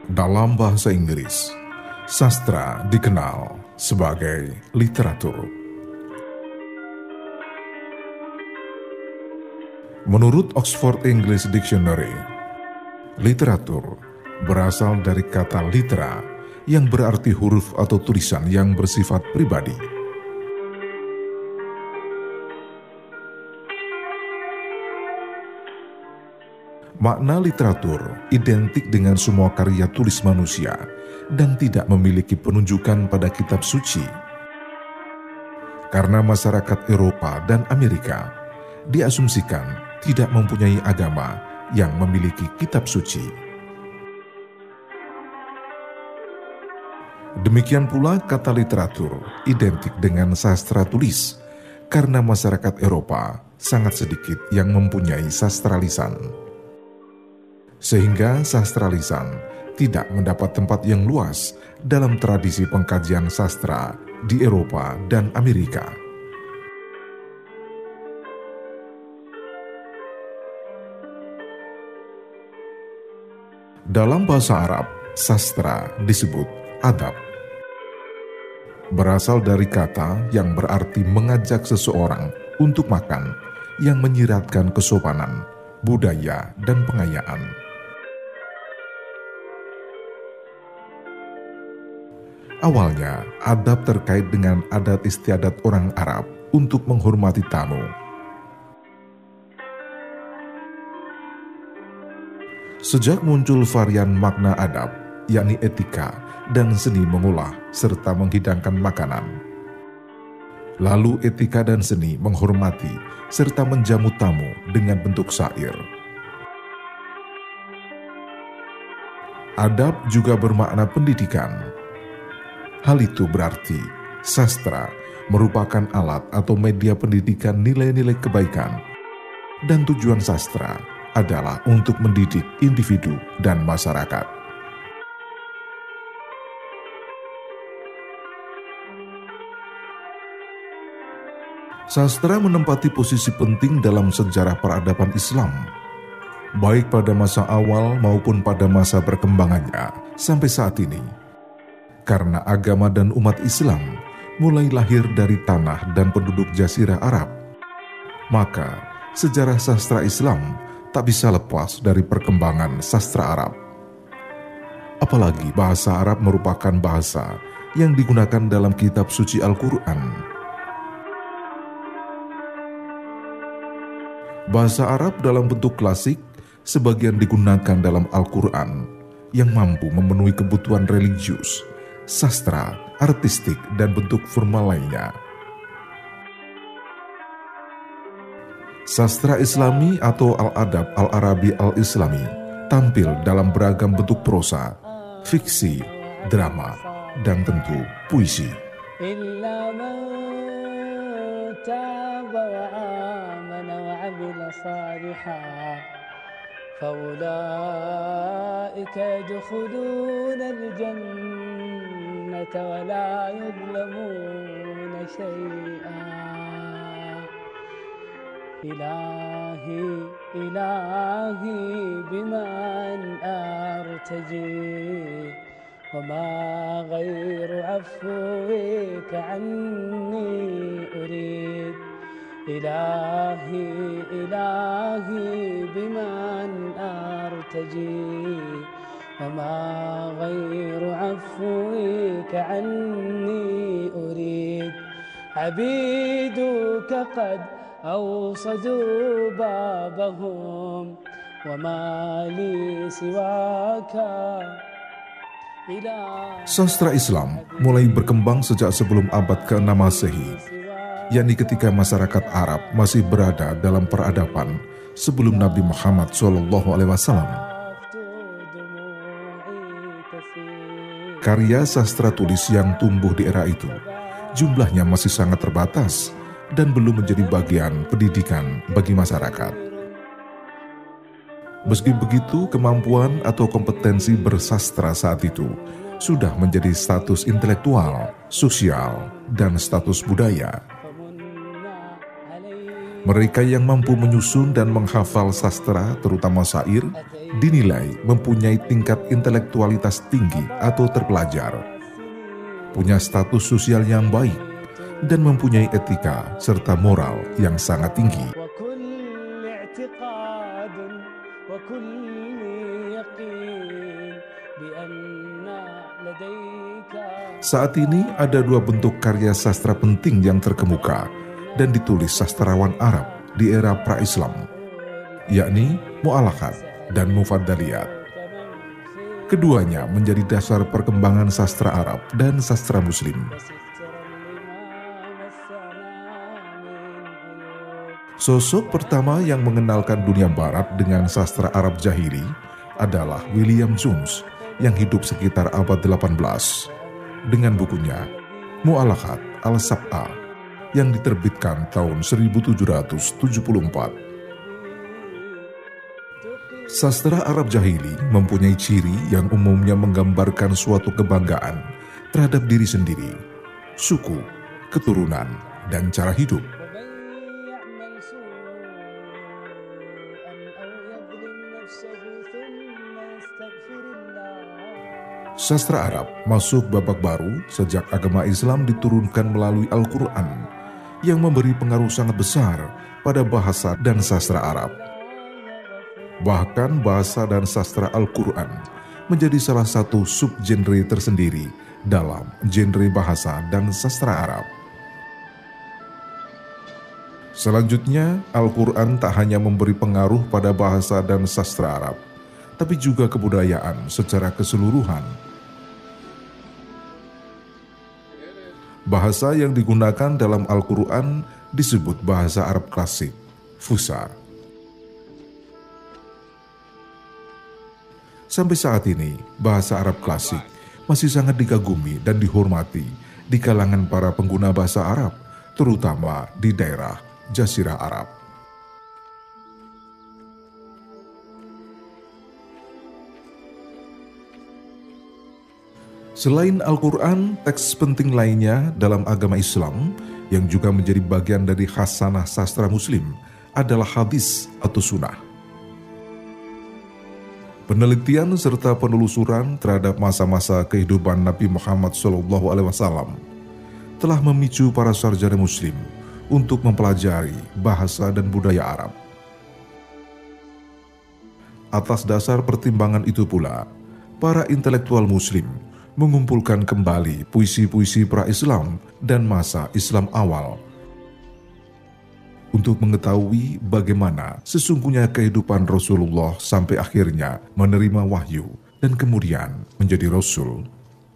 Dalam bahasa Inggris, sastra dikenal sebagai literatur. Menurut Oxford English Dictionary, literatur berasal dari kata litera yang berarti huruf atau tulisan yang bersifat pribadi. Makna literatur identik dengan semua karya tulis manusia dan tidak memiliki penunjukan pada kitab suci. Karena masyarakat Eropa dan Amerika diasumsikan tidak mempunyai agama yang memiliki kitab suci. Demikian pula kata literatur identik dengan sastra tulis, karena masyarakat Eropa sangat sedikit yang mempunyai sastra lisan. Sehingga sastra lisan tidak mendapat tempat yang luas dalam tradisi pengkajian sastra di Eropa dan Amerika. Dalam bahasa Arab, sastra disebut adab. Berasal dari kata yang berarti mengajak seseorang untuk makan yang menyiratkan kesopanan, budaya, dan pengayaan. Awalnya, adab terkait dengan adat istiadat orang Arab untuk menghormati tamu. Sejak muncul varian makna adab, yakni etika dan seni mengolah serta menghidangkan makanan. Lalu etika dan seni menghormati serta menjamu tamu dengan bentuk syair. Adab juga bermakna pendidikan. Hal itu berarti sastra merupakan alat atau media pendidikan nilai-nilai kebaikan, dan tujuan sastra adalah untuk mendidik individu dan masyarakat. Sastra menempati posisi penting dalam sejarah peradaban Islam, baik pada masa awal maupun pada masa perkembangannya sampai saat ini. Karena agama dan umat Islam mulai lahir dari tanah dan penduduk Jazirah Arab, maka sejarah sastra Islam tak bisa lepas dari perkembangan sastra Arab. Apalagi bahasa Arab merupakan bahasa yang digunakan dalam kitab suci Al-Quran. Bahasa Arab dalam bentuk klasik sebagian digunakan dalam Al-Quran yang mampu memenuhi kebutuhan religius, sastra, artistik, dan bentuk formal lainnya. Sastra Islami atau Al-Adab Al-Arabi Al-Islami tampil dalam beragam bentuk prosa, fiksi, drama, dan tentu puisi. فأولئك يدخلون الجنة ولا يظلمون شيئا إلهي بمن أرتجي وما غير عفوك عني أريد إلهي بمن أرتجي وما غير عفوك عني أريد عبيدك قد أوصدوا بابهم وما لي سواك. Sastra Islam mulai berkembang sejak sebelum abad ke-6 Masehi, yakni ketika masyarakat Arab masih berada dalam peradaban sebelum Nabi Muhammad SAW. Karya sastra tulis yang tumbuh di era itu jumlahnya masih sangat terbatas dan belum menjadi bagian pendidikan bagi masyarakat. Meski begitu, kemampuan atau kompetensi bersastra saat itu sudah menjadi status intelektual, sosial, dan status budaya. Mereka yang mampu menyusun dan menghafal sastra, terutama syair, dinilai mempunyai tingkat intelektualitas tinggi atau terpelajar, punya status sosial yang baik, dan mempunyai etika serta moral yang sangat tinggi. Saat ini ada dua bentuk karya sastra penting yang terkemuka dan ditulis sastrawan Arab di era pra-Islam, yakni mu'allaqat dan mufaddaliyat. Keduanya menjadi dasar perkembangan sastra Arab dan sastra Muslim. Sosok pertama yang mengenalkan dunia barat dengan sastra Arab jahili adalah William Jones yang hidup sekitar abad 18 dengan bukunya Mu'allaqat al-Sab'a yang diterbitkan tahun 1774. Sastra Arab jahili mempunyai ciri yang umumnya menggambarkan suatu kebanggaan terhadap diri sendiri, suku, keturunan, dan cara hidup. Sastra Arab masuk babak baru sejak agama Islam diturunkan melalui Al-Quran yang memberi pengaruh sangat besar pada bahasa dan sastra Arab. Bahkan bahasa dan sastra Al-Quran menjadi salah satu subgenre tersendiri dalam genre bahasa dan sastra Arab. Selanjutnya, Al-Quran tak hanya memberi pengaruh pada bahasa dan sastra Arab, tapi juga kebudayaan secara keseluruhan. Bahasa yang digunakan dalam Al-Quran disebut bahasa Arab klasik, Fusha. Sampai saat ini, bahasa Arab klasik masih sangat dikagumi dan dihormati di kalangan para pengguna bahasa Arab, terutama di daerah Jazirah Arab. Selain Al-Quran, teks penting lainnya dalam agama Islam yang juga menjadi bagian dari khasanah sastra Muslim adalah hadis atau sunnah. Penelitian serta penelusuran terhadap masa-masa kehidupan Nabi Muhammad SAW telah memicu para sarjana Muslim untuk mempelajari bahasa dan budaya Arab. Atas dasar pertimbangan itu pula, para intelektual Muslim mengumpulkan kembali puisi-puisi pra-Islam dan masa Islam awal untuk mengetahui bagaimana sesungguhnya kehidupan Rasulullah sampai akhirnya menerima wahyu dan kemudian menjadi Rasul.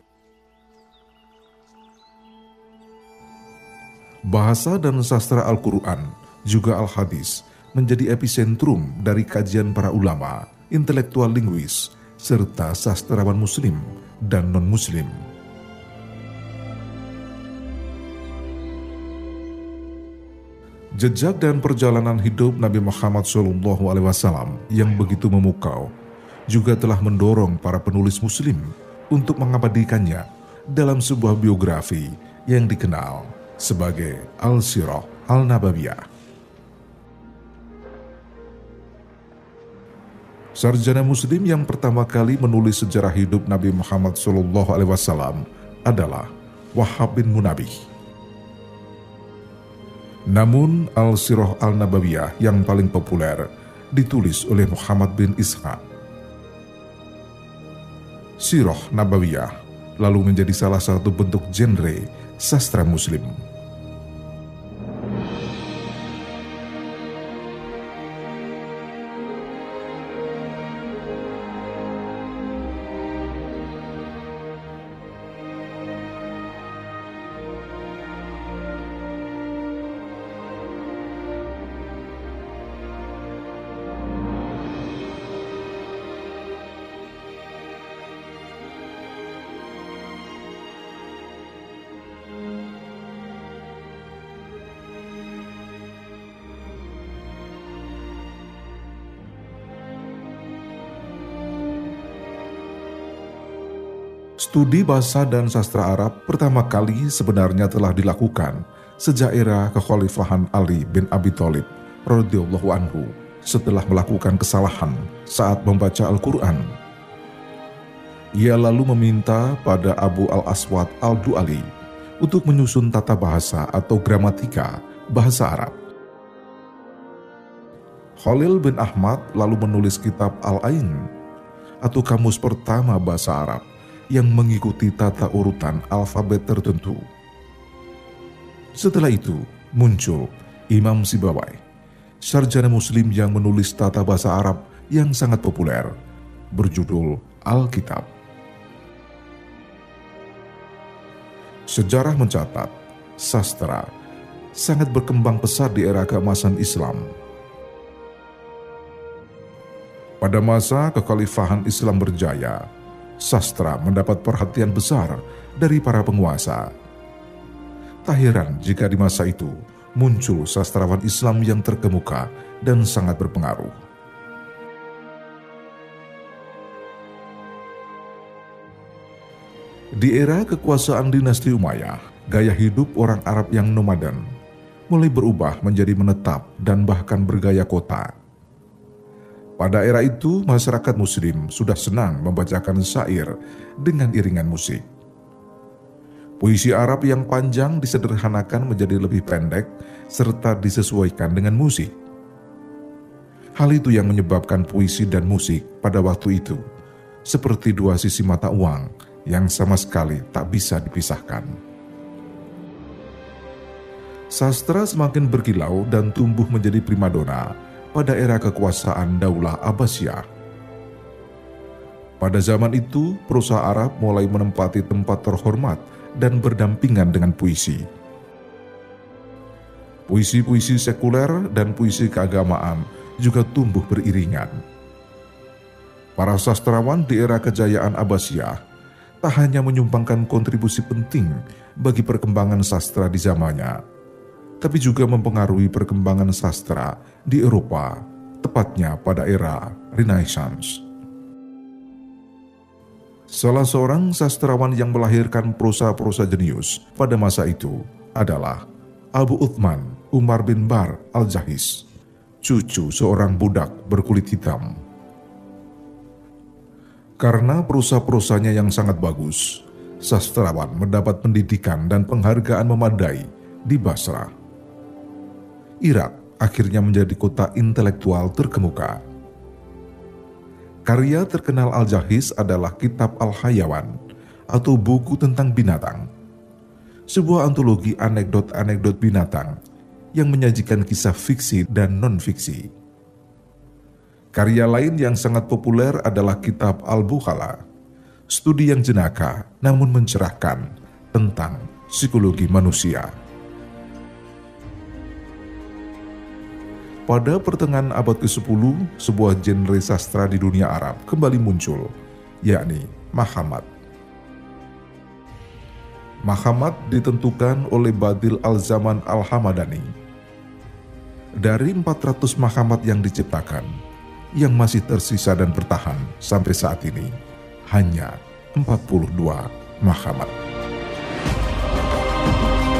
Bahasa dan sastra Al-Quran juga Al-Hadis menjadi epicentrum dari kajian para ulama, intelektual linguis, serta sastrawan Muslim dan non-Muslim. Jejak dan perjalanan hidup Nabi Muhammad SAW yang begitu memukau juga telah mendorong para penulis Muslim untuk mengabadikannya dalam sebuah biografi yang dikenal sebagai Al-Sirah Al-Nabawiyah. Sarjana Muslim yang pertama kali menulis sejarah hidup Nabi Muhammad SAW adalah Wahab bin Munabbih. Namun Al-Sirah Al-Nabawiyah yang paling populer ditulis oleh Muhammad bin Ishaq. Sirah Nabawiyah lalu menjadi salah satu bentuk genre sastra Muslim. Studi bahasa dan sastra Arab pertama kali sebenarnya telah dilakukan sejak era kekhalifahan Ali bin Abi Thalib radhiyallahu anhu setelah melakukan kesalahan saat membaca Al-Quran. Ia lalu meminta pada Abu al-Aswad al-Du'ali untuk menyusun tata bahasa atau gramatika bahasa Arab. Khalil bin Ahmad lalu menulis kitab Al-Ain atau kamus pertama bahasa Arab yang mengikuti tata urutan alfabet tertentu. Setelah itu muncul Imam Sibawai, sarjana muslim yang menulis tata bahasa Arab yang sangat populer, berjudul Alkitab. Sejarah mencatat, sastra sangat berkembang pesat di era keemasan Islam. Pada masa kekhalifahan Islam berjaya, sastra mendapat perhatian besar dari para penguasa. Tak heran jika di masa itu muncul sastrawan Islam yang terkemuka dan sangat berpengaruh. Di era kekuasaan dinasti Umayyah, gaya hidup orang Arab yang nomaden mulai berubah menjadi menetap dan bahkan bergaya kota. Pada era itu, masyarakat muslim sudah senang membacakan syair dengan iringan musik. Puisi Arab yang panjang disederhanakan menjadi lebih pendek serta disesuaikan dengan musik. Hal itu yang menyebabkan puisi dan musik pada waktu itu seperti dua sisi mata uang yang sama sekali tak bisa dipisahkan. Sastra semakin berkilau dan tumbuh menjadi primadona pada era kekuasaan Daulah Abbasiyah. Pada zaman itu, prosa Arab mulai menempati tempat terhormat dan berdampingan dengan puisi. Puisi-puisi sekuler dan puisi keagamaan juga tumbuh beriringan. Para sastrawan di era kejayaan Abbasiyah tak hanya menyumbangkan kontribusi penting bagi perkembangan sastra di zamannya, tapi juga mempengaruhi perkembangan sastra di Eropa, tepatnya pada era Renaissance. Salah seorang sastrawan yang melahirkan prosa-prosa jenius pada masa itu adalah Abu Uthman Umar bin Bar al-Jahiz, cucu seorang budak berkulit hitam. Karena prosa-prosanya yang sangat bagus, sastrawan mendapat pendidikan dan penghargaan memadai di Basra. Irak akhirnya menjadi kota intelektual terkemuka. Karya terkenal Al-Jahiz adalah Kitab Al-Hayawan atau buku tentang binatang, sebuah antologi anekdot-anekdot binatang yang menyajikan kisah fiksi dan non-fiksi. Karya lain yang sangat populer adalah Kitab Al-Bukhala, studi yang jenaka namun mencerahkan tentang psikologi manusia. Pada pertengahan abad ke-10, sebuah genre sastra di dunia Arab kembali muncul, yakni Makhamat. Makhamat ditentukan oleh Badil al-Zaman al-Hamadani. Dari 400 makhamat yang diciptakan, yang masih tersisa dan bertahan sampai saat ini, hanya 42 makhamat.